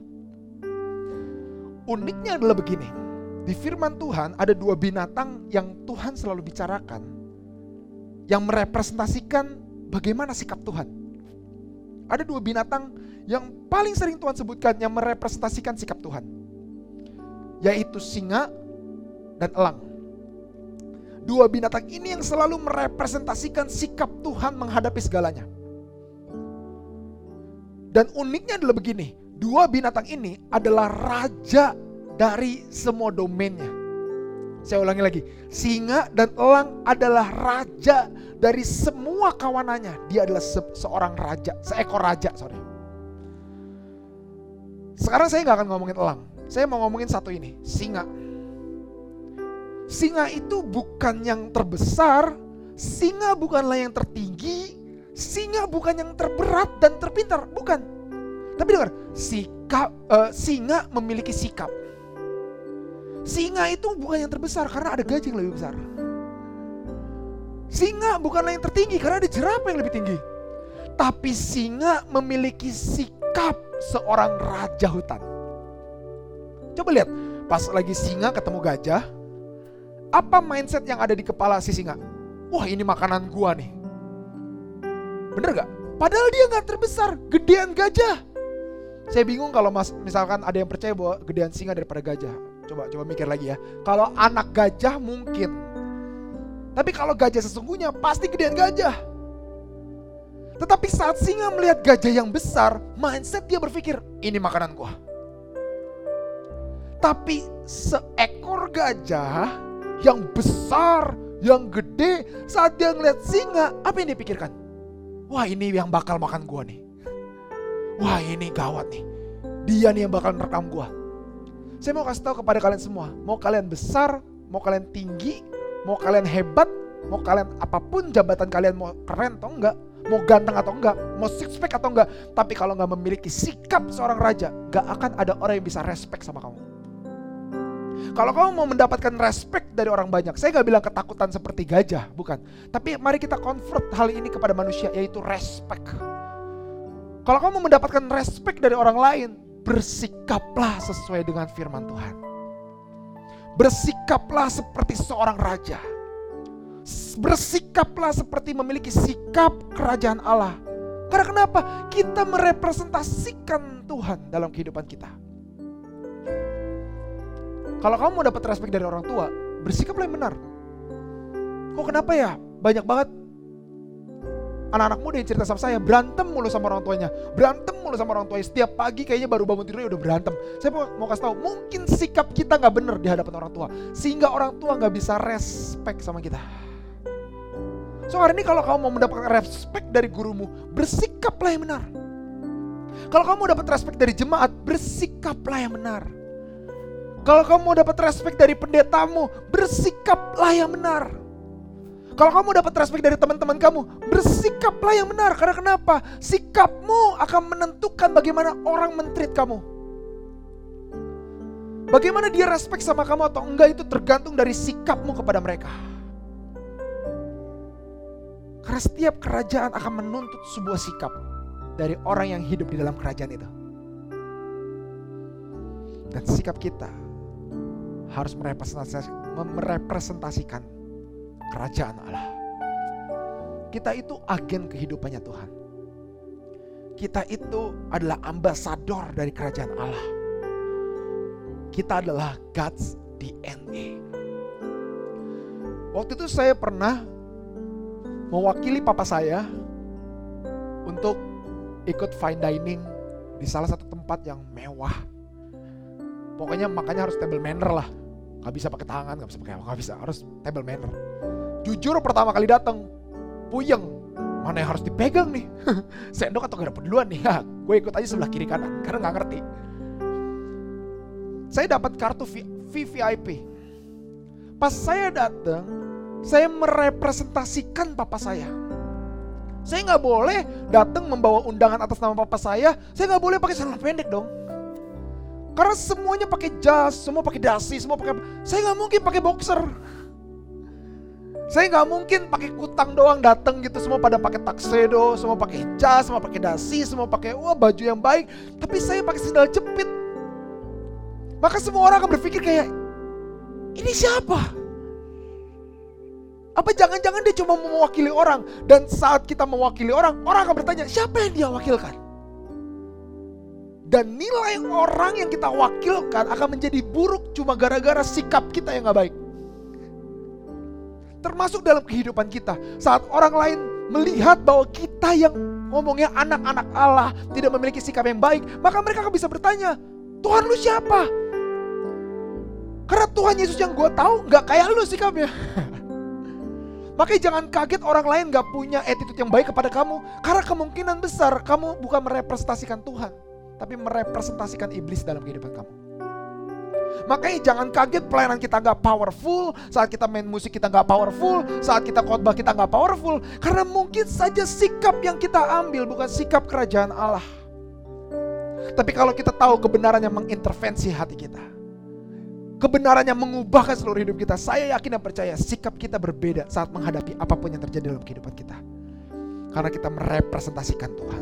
Uniknya adalah begini, di firman Tuhan ada dua binatang yang Tuhan selalu bicarakan, yang merepresentasikan bagaimana sikap Tuhan. Ada dua binatang yang paling sering Tuhan sebutkan yang merepresentasikan sikap Tuhan, yaitu singa dan elang. Dua binatang ini yang selalu merepresentasikan sikap Tuhan menghadapi segalanya. Dan uniknya adalah begini, dua binatang ini adalah raja dari semua domainnya. Saya ulangi lagi, singa dan elang adalah raja dari semua kawanannya. Dia adalah se- seorang raja, seekor raja, sorry. Sekarang saya gak akan ngomongin elang, saya mau ngomongin satu ini, singa. Singa itu bukan yang terbesar, singa bukanlah yang tertinggi, singa bukan yang terberat dan terpintar, bukan. Tapi dengar, sikap, uh, singa memiliki sikap. Singa itu bukan yang terbesar karena ada gajah yang lebih besar. Singa bukanlah yang tertinggi karena ada jerapah yang lebih tinggi. Tapi singa memiliki sikap seorang raja hutan. Coba lihat, pas lagi singa ketemu gajah, apa mindset yang ada di kepala si singa? Wah ini makanan gua nih. Bener gak? Padahal dia gak terbesar, gedean gajah. Saya bingung kalau mas, misalkan ada yang percaya bahwa gedean singa daripada gajah. Coba coba mikir lagi ya. Kalau anak gajah mungkin. Tapi kalau gajah sesungguhnya pasti gedean gajah. Tetapi saat singa melihat gajah yang besar, mindset dia berpikir, ini makanan gua. Tapi seekor gajah yang besar, yang gede, saat dia ngeliat singa, apa yang dia pikirkan? Wah ini yang bakal makan gua nih. Wah ini gawat nih. Dia nih yang bakal merekam gua. Saya mau kasih tahu kepada kalian semua, mau kalian besar, mau kalian tinggi, mau kalian hebat, mau kalian apapun jabatan kalian, mau keren atau enggak, mau ganteng atau enggak, mau six pack atau enggak, tapi kalau enggak memiliki sikap seorang raja, enggak akan ada orang yang bisa respect sama kamu. Kalau kamu mau mendapatkan respect dari orang banyak, saya gak bilang ketakutan seperti gajah, bukan. Tapi mari kita convert hal ini kepada manusia, yaitu respect. Kalau kamu mau mendapatkan respect dari orang lain, bersikaplah sesuai dengan firman Tuhan. Bersikaplah seperti seorang raja. Bersikaplah seperti memiliki sikap kerajaan Allah. Karena kenapa? Kita merepresentasikan Tuhan dalam kehidupan kita. Kalau kamu mau dapat respect dari orang tua, bersikaplah yang benar. Kok kenapa ya? Banyak banget anak-anak muda yang cerita sama saya, berantem mulu sama orang tuanya. Berantem mulu sama orang tuanya. Setiap pagi kayaknya baru bangun tidurnya udah berantem. Saya mau, mau kasih tahu, mungkin sikap kita gak benar di hadapan orang tua, sehingga orang tua gak bisa respect sama kita. So hari ini kalau kamu mau mendapatkan respect dari gurumu, bersikaplah yang benar. Kalau kamu mau dapat respect dari jemaat, bersikaplah yang benar. Kalau kamu mau dapat respect dari pendetamu, bersikaplah yang benar. Kalau kamu dapat respect dari teman-teman kamu, bersikaplah yang benar. Karena kenapa? Sikapmu akan menentukan bagaimana orang men-treat kamu. Bagaimana dia respect sama kamu atau enggak, itu tergantung dari sikapmu kepada mereka. Karena setiap kerajaan akan menuntut sebuah sikap dari orang yang hidup di dalam kerajaan itu. Dan sikap kita harus merepresentasikan kerajaan Allah. Kita itu agen kehidupannya Tuhan. Kita itu adalah ambasador dari kerajaan Allah. Kita adalah God's D N A. Waktu itu saya pernah mewakili papa saya untuk ikut fine dining di salah satu tempat yang mewah. Pokoknya makanya harus table manner lah. Gak bisa pakai tangan, gak bisa pakai apa, gak bisa, harus table manner. Jujur pertama kali datang, puyeng, mana yang harus dipegang nih? Sendok atau garpu duluan nih? Ya, gue ikut aja sebelah kiri kanan karena nggak ngerti. Saya dapat kartu V V I P. Pas saya datang, saya merepresentasikan papa saya. Saya nggak boleh datang membawa undangan atas nama papa saya. Saya nggak boleh pakai celana pendek dong. Karena semuanya pakai jas, semua pakai dasi, semua pakai. Saya nggak mungkin pakai boxer. Saya nggak mungkin pakai kutang doang datang gitu, semua pada pakai tuxedo, semua pakai jas, semua pakai dasi, semua pakai wah baju yang baik. Tapi saya pakai sandal jepit. Maka semua orang akan berpikir kayak, ini siapa? Apa jangan-jangan dia cuma mewakili orang? Dan saat kita mewakili orang, orang akan bertanya, siapa yang dia wakilkan? Dan nilai orang yang kita wakilkan akan menjadi buruk cuma gara-gara sikap kita yang gak baik. Termasuk dalam kehidupan kita. Saat orang lain melihat bahwa kita yang ngomongnya anak-anak Allah tidak memiliki sikap yang baik, maka mereka akan bisa bertanya, Tuhan lu siapa? Karena Tuhan Yesus yang gue tahu gak kayak lu sikapnya. Makanya jangan kaget orang lain gak punya attitude yang baik kepada kamu. Karena kemungkinan besar kamu bukan merepresentasikan Tuhan, tapi merepresentasikan iblis dalam kehidupan kamu. Makanya jangan kaget pelayanan kita gak powerful, saat kita main musik kita gak powerful, saat kita khotbah kita gak powerful. Karena mungkin saja sikap yang kita ambil bukan sikap kerajaan Allah. Tapi kalau kita tahu kebenaran yang mengintervensi hati kita, kebenaran yang mengubahkan seluruh hidup kita, saya yakin dan percaya sikap kita berbeda saat menghadapi apapun yang terjadi dalam kehidupan kita. Karena kita merepresentasikan Tuhan.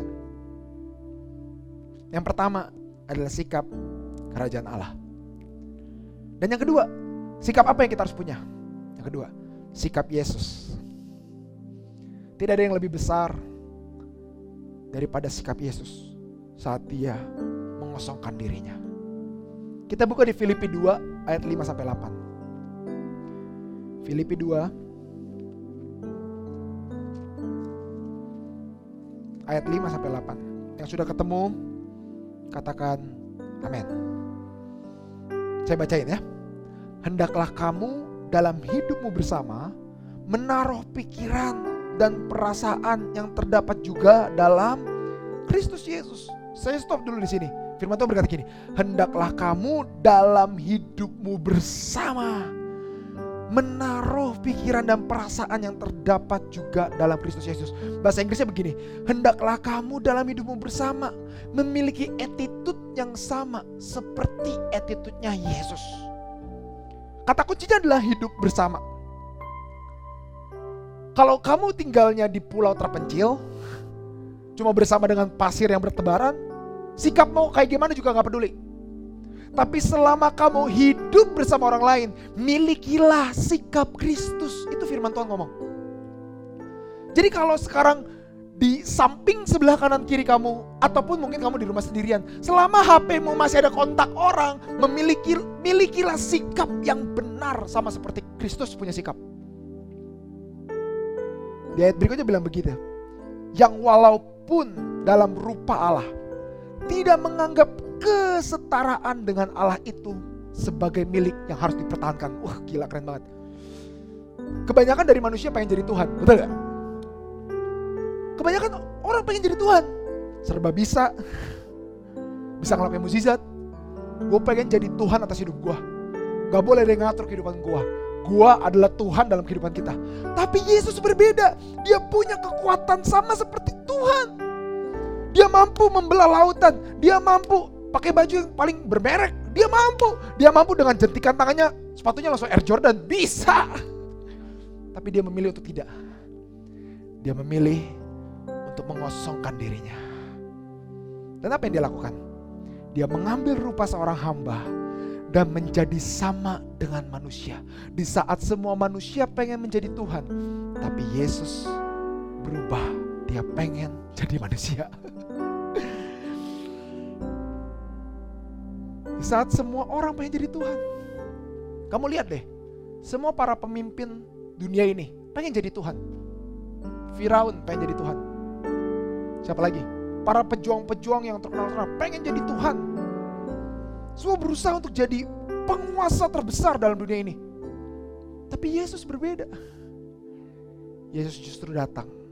Yang pertama adalah sikap kerajaan Allah. Dan yang kedua, sikap apa yang kita harus punya? Yang kedua, sikap Yesus. Tidak ada yang lebih besar daripada sikap Yesus saat dia mengosongkan dirinya. Kita buka di Filipi dua ayat lima sampai delapan. Filipi dua ayat lima sampai delapan. Yang sudah ketemu katakan amin. Saya bacain ya. Hendaklah kamu dalam hidupmu bersama menaruh pikiran dan perasaan yang terdapat juga dalam Kristus Yesus. Saya stop dulu di sini. Firman Tuhan berkata gini, hendaklah kamu dalam hidupmu bersama menaruh pikiran dan perasaan yang terdapat juga dalam Kristus Yesus. Bahasa Inggrisnya begini, hendaklah kamu dalam hidupmu bersama memiliki attitude yang sama seperti attitude-nya Yesus. Kata kuncinya adalah hidup bersama. Kalau kamu tinggalnya di pulau terpencil, cuma bersama dengan pasir yang bertebaran, sikap mau kayak gimana juga gak peduli. Tapi selama kamu hidup bersama orang lain, milikilah sikap Kristus. Itu firman Tuhan ngomong. Jadi kalau sekarang di samping sebelah kanan kiri kamu, ataupun mungkin kamu di rumah sendirian, selama H P-mu masih ada kontak orang, memiliki milikilah sikap yang benar sama seperti Kristus punya sikap. Di ayat berikutnya bilang begitu, yang walaupun dalam rupa Allah tidak menganggap kesetaraan dengan Allah itu sebagai milik yang harus dipertahankan. Wah gila, keren banget. Kebanyakan dari manusia pengen jadi Tuhan, betul gak? Kebanyakan orang pengen jadi Tuhan, serba bisa, bisa ngelakuin mukjizat. Gue pengen jadi Tuhan atas hidup gue, gak boleh ada yang ngatur kehidupan gue. Gue adalah Tuhan dalam kehidupan kita. Tapi Yesus berbeda, dia punya kekuatan sama seperti Tuhan. Dia mampu membelah lautan, dia mampu pakai baju yang paling bermerek, dia mampu. Dia mampu dengan jentikan tangannya, sepatunya langsung Air Jordan, bisa. Tapi dia memilih untuk tidak. Dia memilih untuk mengosongkan dirinya. Dan apa yang dia lakukan? Dia mengambil rupa seorang hamba dan menjadi sama dengan manusia. Di saat semua manusia pengen menjadi Tuhan, tapi Yesus berubah, dia pengen jadi manusia. Di saat semua orang pengen jadi Tuhan, kamu lihat deh, semua para pemimpin dunia ini pengen jadi Tuhan. Firaun pengen jadi Tuhan. Siapa lagi? Para pejuang-pejuang yang terkenal-terkenal pengen jadi Tuhan. Semua berusaha untuk jadi penguasa terbesar dalam dunia ini. Tapi Yesus berbeda. Yesus justru datang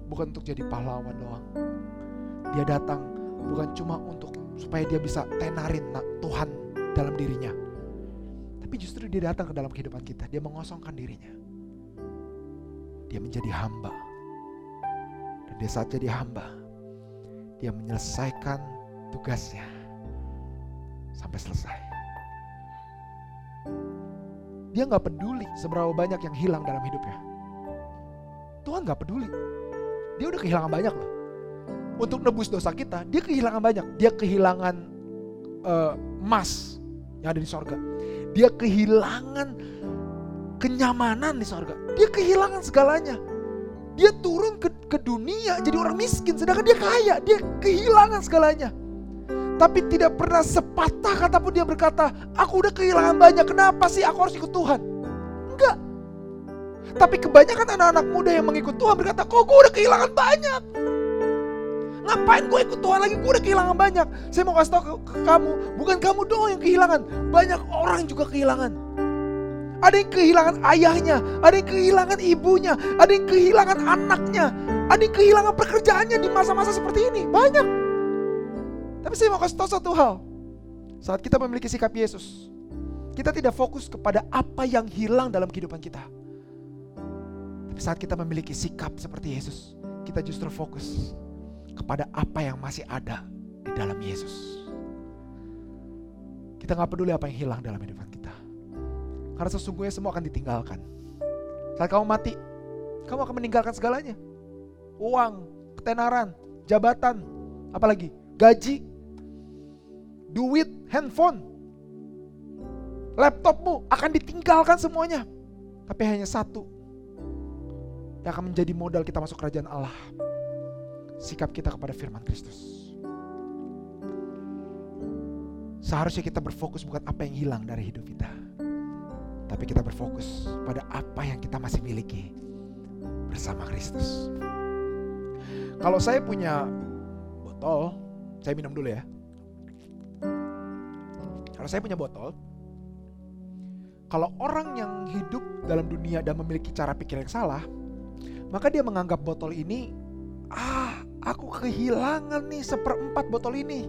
bukan untuk jadi pahlawan doang. Dia datang bukan cuma untuk supaya dia bisa tenarin Tuhan dalam dirinya. Tapi justru dia datang ke dalam kehidupan kita. Dia mengosongkan dirinya. Dia menjadi hamba. Dan dia saat jadi hamba, dia menyelesaikan tugasnya sampai selesai. Dia gak peduli seberapa banyak yang hilang dalam hidupnya. Tuhan gak peduli. Dia udah kehilangan banyak loh. Untuk nebus dosa kita, dia kehilangan banyak. Dia kehilangan uh, emas yang ada di sorga. Dia kehilangan kenyamanan di sorga. Dia kehilangan segalanya. Dia turun ke, ke dunia jadi orang miskin, sedangkan dia kaya. Dia kehilangan segalanya. Tapi tidak pernah sepatah kata pun dia berkata, aku udah kehilangan banyak, kenapa sih aku harus ikut Tuhan? Enggak. Tapi kebanyakan anak-anak muda yang mengikut Tuhan berkata, kok gue udah kehilangan banyak. Ngapain gue ikut Tuhan lagi, gue udah kehilangan banyak. Saya mau kasih tahu ke, ke kamu, bukan kamu doang yang kehilangan. Banyak orang juga kehilangan. Ada yang kehilangan ayahnya, ada yang kehilangan ibunya, ada yang kehilangan anaknya, ada yang kehilangan pekerjaannya di masa-masa seperti ini. Banyak. Tapi saya mau kasih tahu satu hal. Saat kita memiliki sikap Yesus, kita tidak fokus kepada apa yang hilang dalam kehidupan kita. Tapi saat kita memiliki sikap seperti Yesus, kita justru fokus kepada apa yang masih ada di dalam Yesus. Kita gak peduli apa yang hilang dalam kehidupan kita. Karena sesungguhnya semua akan ditinggalkan. Saat kamu mati, kamu akan meninggalkan segalanya. Uang, ketenaran, jabatan, apalagi gaji, duit, handphone, laptopmu akan ditinggalkan semuanya. Tapi hanya satu yang akan menjadi modal kita masuk kerajaan Allah. Sikap kita kepada firman Kristus. Seharusnya kita berfokus bukan apa yang hilang dari hidup kita, tapi kita berfokus pada apa yang kita masih miliki bersama Kristus. Kalau saya punya botol, saya minum dulu ya. Kalau saya punya botol, kalau orang yang hidup dalam dunia dan memiliki cara pikir yang salah, maka dia menganggap botol ini, ah, aku kehilangan nih seperempat botol ini.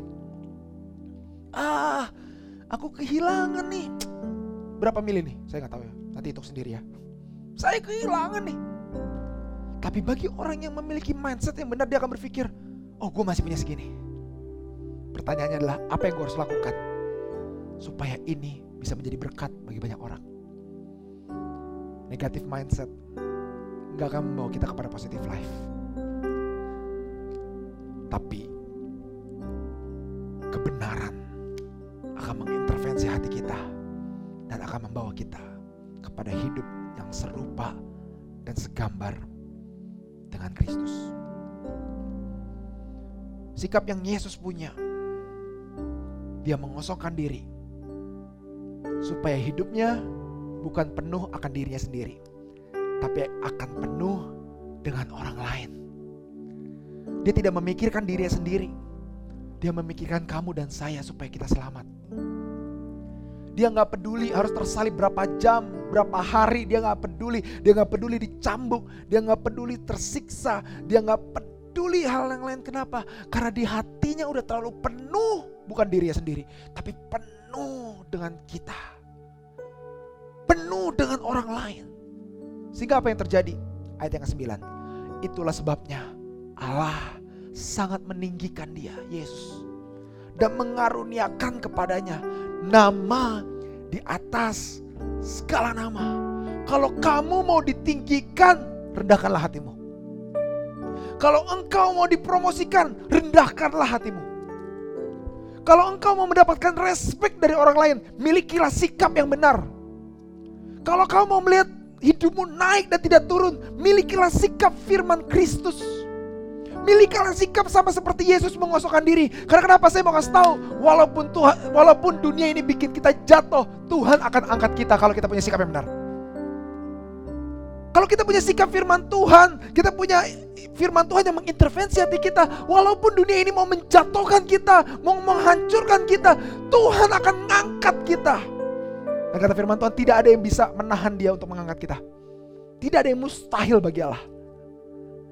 Ah, aku kehilangan nih. Berapa mili nih? Saya gak tahu ya. Nanti hitung sendiri ya. Saya kehilangan nih. Tapi bagi orang yang memiliki mindset yang benar, dia akan berpikir, oh gue masih punya segini. Pertanyaannya adalah, apa yang gue harus lakukan supaya ini bisa menjadi berkat bagi banyak orang? Negative mindset gak akan membawa kita kepada positive life. Tapi kebenaran akan mengintervensi hati kita dan akan membawa kita kepada hidup yang serupa dan segambar dengan Kristus. Sikap yang Yesus punya, dia mengosongkan diri supaya hidupnya bukan penuh akan dirinya sendiri, tapi akan penuh dengan orang lain. Dia tidak memikirkan dirinya sendiri, dia memikirkan kamu dan saya supaya kita selamat. Dia gak peduli harus tersalib berapa jam, berapa hari, dia gak peduli. Dia gak peduli dicambuk, dia gak peduli tersiksa, dia gak peduli hal yang lain. Kenapa? Karena di hatinya udah terlalu penuh, bukan dirinya sendiri, tapi penuh dengan kita, penuh dengan orang lain. Sehingga apa yang terjadi? Ayat yang kesembilan, itulah sebabnya Allah sangat meninggikan dia, Yesus, dan mengaruniakan kepadanya nama di atas segala nama. Kalau kamu mau ditinggikan, rendahkanlah hatimu. Kalau engkau mau dipromosikan, rendahkanlah hatimu. Kalau engkau mau mendapatkan respek dari orang lain, milikilah sikap yang benar. Kalau kamu mau melihat hidupmu naik dan tidak turun, milikilah sikap firman Kristus. Milikilah sikap sama seperti Yesus mengosongkan diri. Karena kenapa saya mau kasih tahu, walaupun Tuhan, walaupun dunia ini bikin kita jatuh, Tuhan akan angkat kita kalau kita punya sikap yang benar. Kalau kita punya sikap firman Tuhan, kita punya firman Tuhan yang mengintervensi hati kita, walaupun dunia ini mau menjatuhkan kita, mau menghancurkan kita, Tuhan akan mengangkat kita. Dan kata firman Tuhan, tidak ada yang bisa menahan dia untuk mengangkat kita. Tidak ada yang mustahil bagi Allah.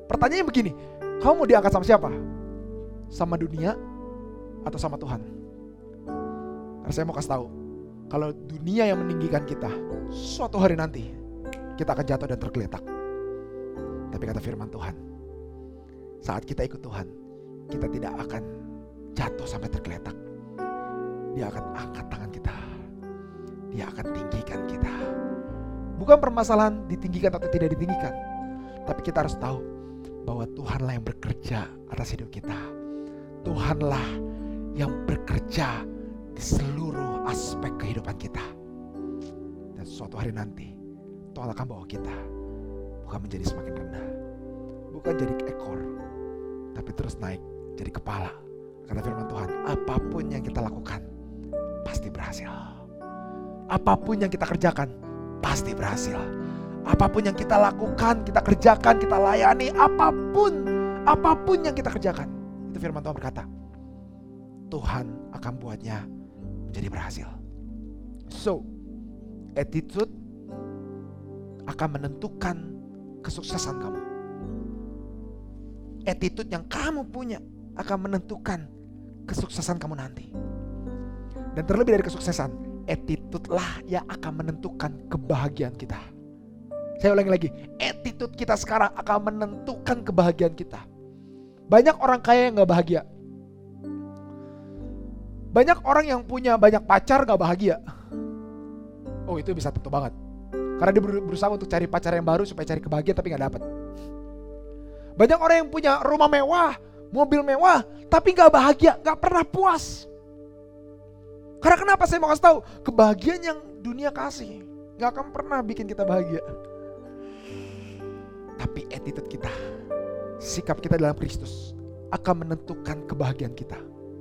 Pertanyaannya begini, kamu mau diangkat sama siapa? Sama dunia atau sama Tuhan? Karena saya mau kasih tahu, kalau dunia yang meninggikan kita, suatu hari nanti kita akan jatuh dan tergeletak. Tapi kata firman Tuhan, saat kita ikut Tuhan, kita tidak akan jatuh sampai tergeletak. Dia akan angkat tangan kita, Dia akan tinggikan kita. Bukan permasalahan ditinggikan atau tidak ditinggikan, tapi kita harus tahu bahwa Tuhanlah yang bekerja atas hidup kita. Tuhanlah yang bekerja di seluruh aspek kehidupan kita. Dan suatu hari nanti Tuhan akan bawa kita bukan menjadi semakin rendah, bukan jadi ekor, tapi terus naik jadi kepala. Kata firman Tuhan, apapun yang kita lakukan pasti berhasil. Apapun yang kita kerjakan pasti berhasil. Apapun yang kita lakukan, kita kerjakan, kita layani, apapun, apapun yang kita kerjakan, itu firman Tuhan berkata, Tuhan akan buatnya menjadi berhasil. So, attitude akan menentukan kesuksesan kamu. Attitude yang kamu punya akan menentukan kesuksesan kamu nanti. Dan terlebih dari kesuksesan, attitude lah yang akan menentukan kebahagiaan kita. Saya ulangi lagi, attitude kita sekarang akan menentukan kebahagiaan kita. Banyak orang kaya yang gak bahagia. Banyak orang yang punya banyak pacar gak bahagia. Oh, itu bisa tentu banget. Karena dia berusaha untuk cari pacar yang baru supaya cari kebahagiaan tapi gak dapet. Banyak orang yang punya rumah mewah, mobil mewah, tapi gak bahagia, gak pernah puas. Karena kenapa saya mau kasih tahu, kebahagiaan yang dunia kasih gak akan pernah bikin kita bahagia. Tapi attitude kita, sikap kita dalam Kristus akan menentukan kebahagiaan kita.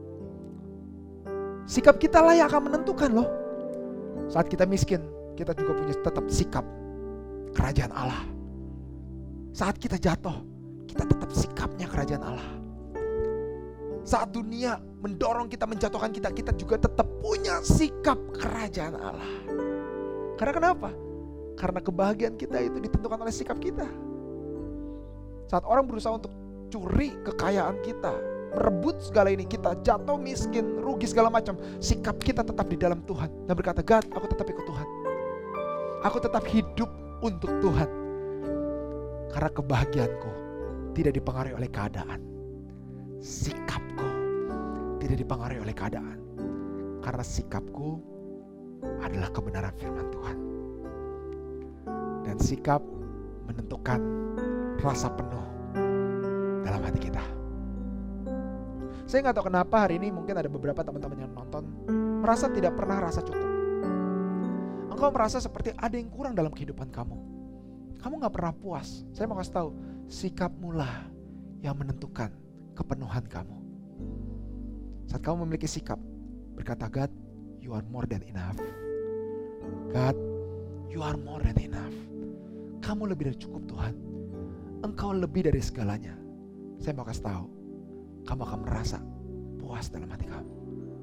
Sikap kita lah yang akan menentukan loh. Saat kita miskin, kita juga punya tetap sikap kerajaan Allah. Saat kita jatuh, kita tetap sikapnya kerajaan Allah. Saat dunia mendorong kita, menjatuhkan kita, kita juga tetap punya sikap kerajaan Allah. Karena kenapa? Karena kebahagiaan kita itu ditentukan oleh sikap kita. Saat orang berusaha untuk curi kekayaan kita, merebut segala ini, kita jatuh miskin, rugi segala macam, sikap kita tetap di dalam Tuhan dan berkata, God, aku tetap ikut Tuhan. Aku tetap hidup untuk Tuhan. Karena kebahagiaanku tidak dipengaruhi oleh keadaan. Sikapku tidak dipengaruhi oleh keadaan. Karena sikapku adalah kebenaran firman Tuhan. Dan sikap menentukan rasa penuh dalam hati kita. Saya gak tahu kenapa hari ini mungkin ada beberapa teman-teman yang nonton merasa tidak pernah rasa cukup. Engkau merasa seperti ada yang kurang dalam kehidupan kamu. Kamu gak pernah puas. Saya mau kasih tahu, sikapmu lah yang menentukan kepenuhan kamu. Saat kamu memiliki sikap berkata, God, you are more than enough. God, you are more than enough. Kamu lebih dari cukup Tuhan. Engkau lebih dari segalanya. Saya mau kasih tahu, kamu akan merasa puas dalam hati kamu.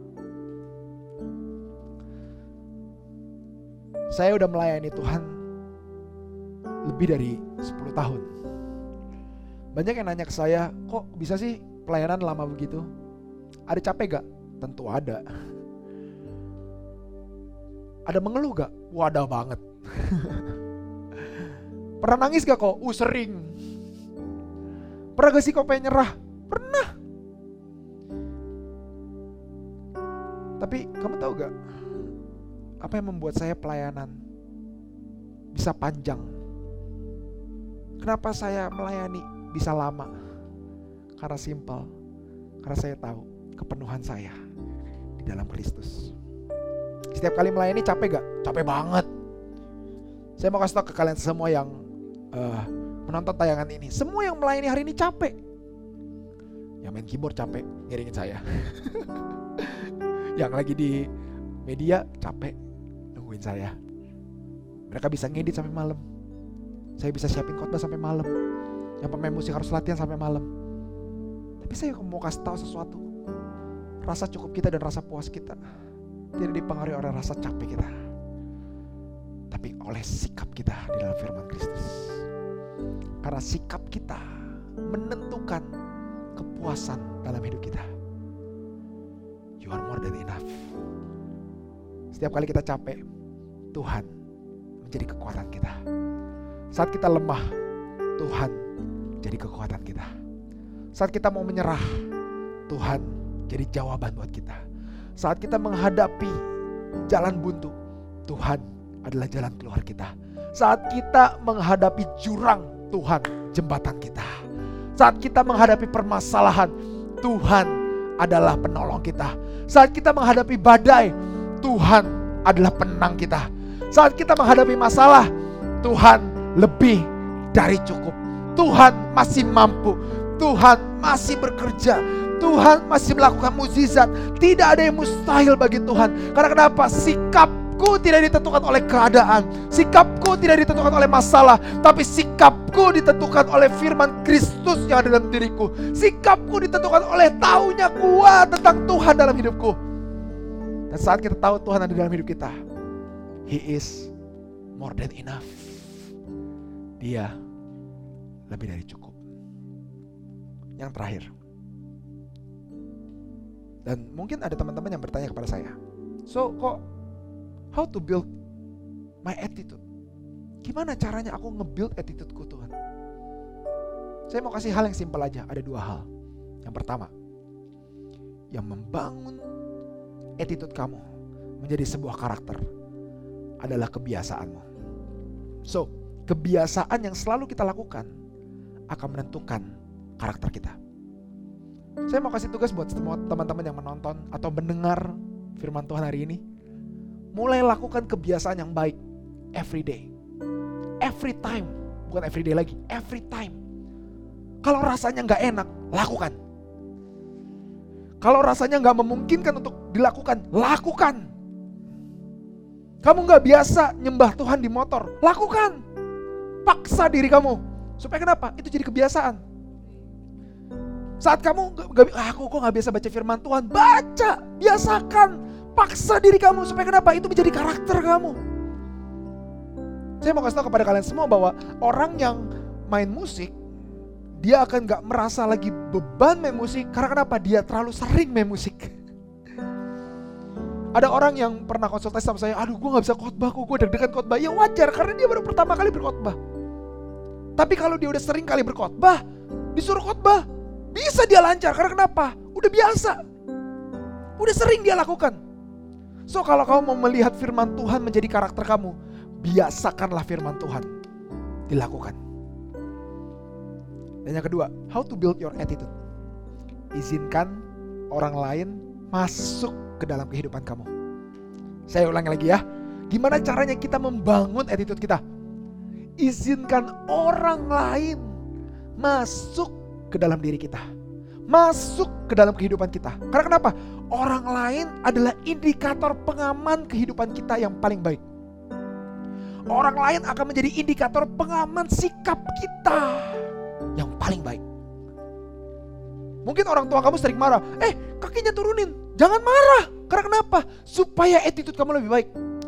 Saya udah melayani Tuhan lebih dari sepuluh tahun. Banyak yang nanya ke saya, kok bisa sih pelayanan lama begitu? Ada capek gak? Tentu ada. Ada mengeluh gak? Wadah banget. Pernah nangis gak kok? Uh sering. Pernah gak sih kok pengen nyerah? Pernah. Tapi kamu tahu gak, apa yang membuat saya pelayanan bisa panjang? Kenapa saya melayani bisa lama? Karena simpel. Karena saya tahu kepenuhan saya di dalam Kristus. Setiap kali melayani capek gak? Capek banget. Saya mau kasih tahu ke kalian semua yang uh, menonton tayangan ini, semua yang melayani hari ini capek. Yang main keyboard capek ngiringin saya. Yang lagi di media capek nungguin saya. Mereka bisa ngedit sampai malam. Saya bisa siapin khotbah sampai malam. Yang pemain musik harus latihan sampai malam. Tapi saya mau kasih tahu sesuatu. Rasa cukup kita dan rasa puas kita tidak dipengaruhi oleh rasa capek kita, tapi oleh sikap kita di dalam firman Kristus. Karena sikap kita menentukan kepuasan dalam hidup kita. You are more than enough. Setiap kali kita capek, Tuhan menjadi kekuatan kita. Saat kita lemah, Tuhan jadi kekuatan kita. Saat kita mau menyerah, Tuhan jadi jawaban buat kita. Saat kita menghadapi jalan buntu, Tuhan adalah jalan keluar kita. Saat kita menghadapi jurang, Tuhan jembatan kita. Saat kita menghadapi permasalahan, Tuhan adalah penolong kita. Saat kita menghadapi badai, Tuhan adalah penenang kita. Saat kita menghadapi masalah, Tuhan lebih dari cukup. Tuhan masih mampu. Tuhan masih bekerja. Tuhan masih melakukan mukjizat. Tidak ada yang mustahil bagi Tuhan. Karena kenapa? Sikapku tidak ditentukan oleh keadaan. Sikapku tidak ditentukan oleh masalah. Tapi sikapku ditentukan oleh firman Kristus yang ada dalam diriku. Sikapku ditentukan oleh taunya kuat tentang Tuhan dalam hidupku. Dan saat kita tahu Tuhan ada dalam hidup kita, He is more than enough. Dia lebih dari cukup. Yang terakhir, dan mungkin ada teman-teman yang bertanya kepada saya, so kok how to build my attitude? Gimana caranya aku nge-build attitude-ku Tuhan? Saya mau kasih hal yang simpel aja. Ada dua hal. Yang pertama, yang membangun attitude kamu menjadi sebuah karakter adalah kebiasaanmu. So, kebiasaan yang selalu kita lakukan akan menentukan karakter kita. Saya mau kasih tugas buat semua teman-teman yang menonton atau mendengar firman Tuhan hari ini. Mulai lakukan kebiasaan yang baik every day. Every time. Bukan every day lagi, every time. Kalau rasanya gak enak, lakukan. Kalau rasanya gak memungkinkan untuk dilakukan, lakukan. Kamu gak biasa nyembah Tuhan di motor, lakukan. Paksa diri kamu. Supaya kenapa? Itu jadi kebiasaan. Saat kamu gak, aku kok gak biasa baca firman Tuhan, baca, biasakan. Paksa diri kamu. Supaya kenapa? Itu menjadi karakter kamu. Saya mau kasih tahu kepada kalian semua bahwa orang yang main musik, dia akan gak merasa lagi beban main musik. Karena kenapa? Dia terlalu sering main musik. Ada orang yang pernah konsultasi sama saya, aduh gue gak bisa khotbah, gue deg-degan khotbah. Ya wajar, karena dia baru pertama kali berkhotbah. Tapi kalau dia udah sering kali berkhotbah, disuruh khotbah, bisa dia lancar. Karena kenapa? Udah biasa. Udah sering dia lakukan. So kalau kamu mau melihat firman Tuhan menjadi karakter kamu, biasakanlah firman Tuhan dilakukan. Dan yang kedua, how to build your attitude. Izinkan orang lain masuk ke dalam kehidupan kamu. Saya ulangi lagi ya. Gimana caranya kita membangun attitude kita? Izinkan orang lain masuk ke dalam diri kita. Masuk ke dalam kehidupan kita. Karena kenapa? Orang lain adalah indikator pengaman kehidupan kita yang paling baik. Orang lain akan menjadi indikator pengaman sikap kita yang paling baik. Mungkin orang tua kamu sering marah, eh kakinya turunin, jangan marah. Karena kenapa? Supaya attitude kamu lebih baik.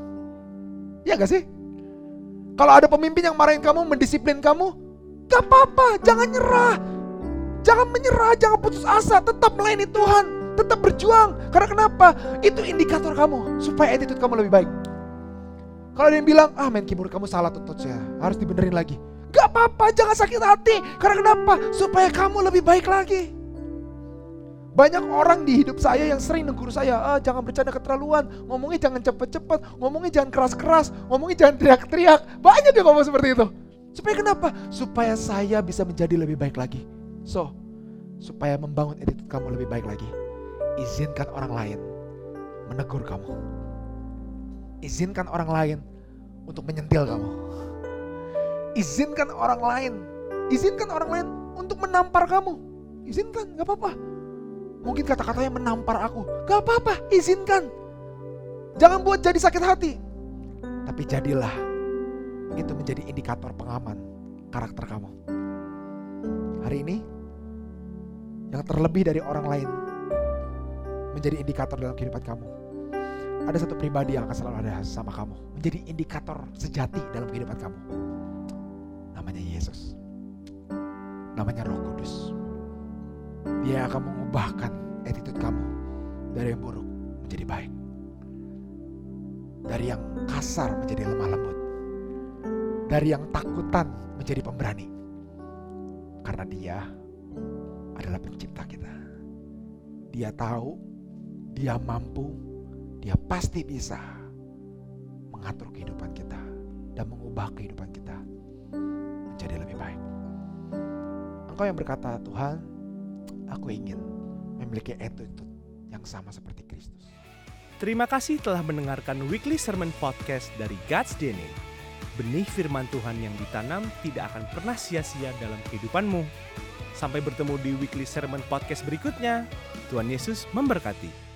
Iya gak sih? Kalau ada pemimpin yang marahin kamu, mendisiplin kamu, gak apa-apa, jangan nyerah. Jangan menyerah, jangan putus asa, tetap melayani Tuhan, tetap berjuang. Karena kenapa? Itu indikator kamu, supaya attitude kamu lebih baik. Kalau ada yang bilang, ah main keyboard kamu salah tutut ya, harus dibenerin lagi. Gak apa-apa, jangan sakit hati. Karena kenapa? Supaya kamu lebih baik lagi. Banyak orang di hidup saya yang sering negur saya, ah, jangan bercanda keterlaluan, ngomongnya jangan cepet-cepet, ngomongnya jangan keras-keras, ngomongnya jangan teriak-teriak. Banyak yang ngomong seperti itu. Supaya kenapa? Supaya saya bisa menjadi lebih baik lagi. So, supaya membangun attitude kamu lebih baik lagi, izinkan orang lain menegur kamu. Izinkan orang lain untuk menyentil kamu. Izinkan orang lain, izinkan orang lain untuk menampar kamu. Izinkan, gak apa-apa. Mungkin kata-katanya menampar aku, gak apa-apa, izinkan. Jangan buat jadi sakit hati. Tapi jadilah itu menjadi indikator pengaman karakter kamu. Hari ini, yang terlebih dari orang lain menjadi indikator dalam kehidupan kamu. Ada satu pribadi yang akan selalu ada sama kamu, menjadi indikator sejati dalam kehidupan kamu. Namanya Yesus. namanya Roh Kudus. Dia akan mengubahkan attitude kamu dari yang buruk menjadi baik, dari yang kasar menjadi lemah lembut, dari yang takutan menjadi pemberani. Karena Dia adalah pencipta kita. Dia tahu, Dia mampu, Dia pasti bisa mengatur kehidupan kita dan mengubah kehidupan kita menjadi lebih baik. Engkau yang berkata, Tuhan, aku ingin memiliki attitude yang sama seperti Kristus. Terima kasih telah mendengarkan Weekly Sermon Podcast dari God's D N A. Benih firman Tuhan yang ditanam tidak akan pernah sia-sia dalam kehidupanmu. Sampai bertemu di Weekly Sermon Podcast berikutnya. Tuhan Yesus memberkati.